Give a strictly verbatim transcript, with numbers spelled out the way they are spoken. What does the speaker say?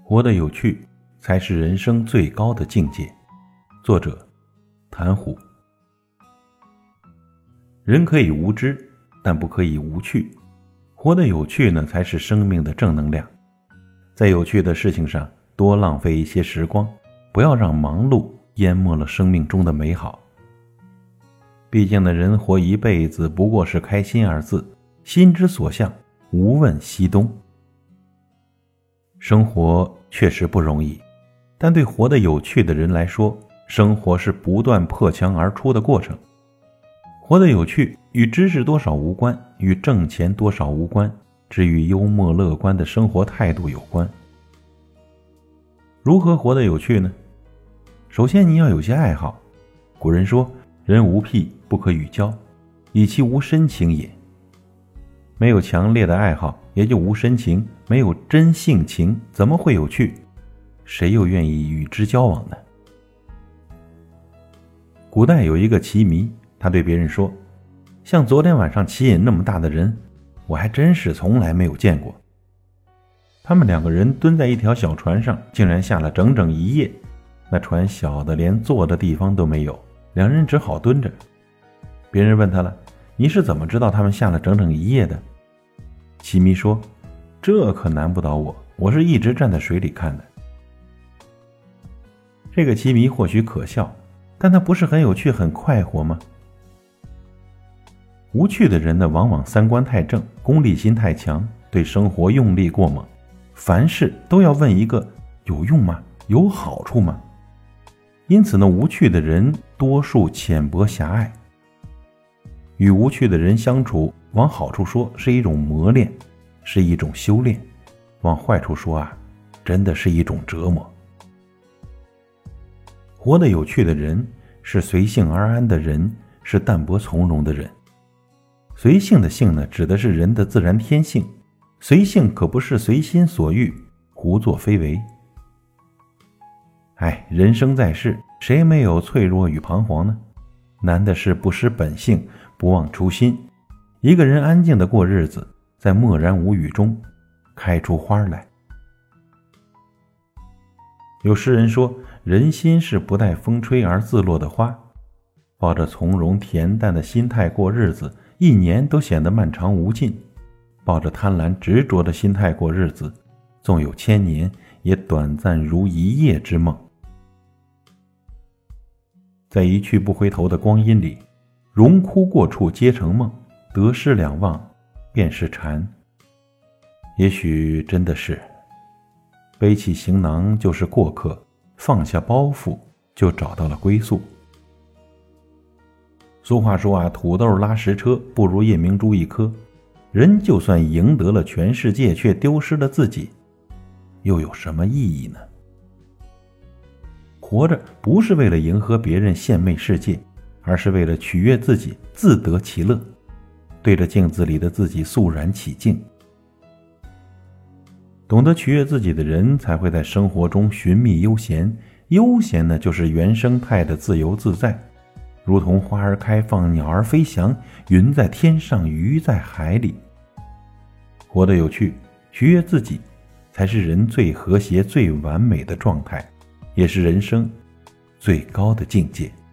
活得有趣，才是人生最高的境界。作者：谭虎。人可以无知，但不可以无趣。活得有趣呢，才是生命的正能量。在有趣的事情上多浪费一些时光，不要让忙碌淹没了生命中的美好。毕竟呢，人活一辈子不过是开心二字，心之所向，无问西东。生活确实不容易，但对活得有趣的人来说，生活是不断破墙而出的过程。活得有趣与知识多少无关，与挣钱多少无关，只与幽默乐观的生活态度有关。如何活得有趣呢？首先你要有些爱好。古人说，人无癖不可与交，以其无深情也。没有强烈的爱好，也就无深情，没有真性情，怎么会有趣？谁又愿意与之交往呢？古代有一个棋迷，他对别人说，像昨天晚上棋瘾那么大的人，我还真是从来没有见过。他们两个人蹲在一条小船上，竟然下了整整一夜。那船小的连坐的地方都没有，两人只好蹲着。别人问他了，你是怎么知道他们下了整整一夜的？棋迷说，这可难不倒我，我是一直站在水里看的。这个棋迷或许可笑，但他不是很有趣很快活吗？无趣的人呢，往往三观太正，功利心太强，对生活用力过猛，凡事都要问一个有用吗？有好处吗？因此呢，无趣的人多数浅薄狭隘。与无趣的人相处，往好处说是一种磨练，是一种修炼；往坏处说啊，真的是一种折磨。活得有趣的人，是随性而安的人，是淡泊从容的人。随性的性呢，指的是人的自然天性，随性可不是随心所欲，胡作非为。哎，人生在世，谁没有脆弱与彷徨呢？难的是不失本性，不忘初心。一个人安静地过日子，在默然无语中开出花来。有诗人说，人心是不待风吹而自落的花。抱着从容恬淡的心态过日子，一年都显得漫长无尽；抱着贪婪执着的心态过日子，纵有千年，也短暂如一夜之梦。在一去不回头的光阴里，荣枯过处皆成梦，得失两忘便是禅。也许真的是背起行囊就是过客，放下包袱就找到了归宿。俗话说啊，土豆拉石车，不如夜明珠一颗。人就算赢得了全世界，却丢失了自己，又有什么意义呢？活着不是为了迎合别人献媚世界，而是为了取悦自己，自得其乐，对着镜子里的自己肃然起敬。懂得取悦自己的人，才会在生活中寻觅悠闲。悠闲呢，就是原生态的自由自在，如同花儿开放，鸟儿飞翔，云在天上，鱼在海里。活得有趣，取悦自己，才是人最和谐最完美的状态，也是人生最高的境界。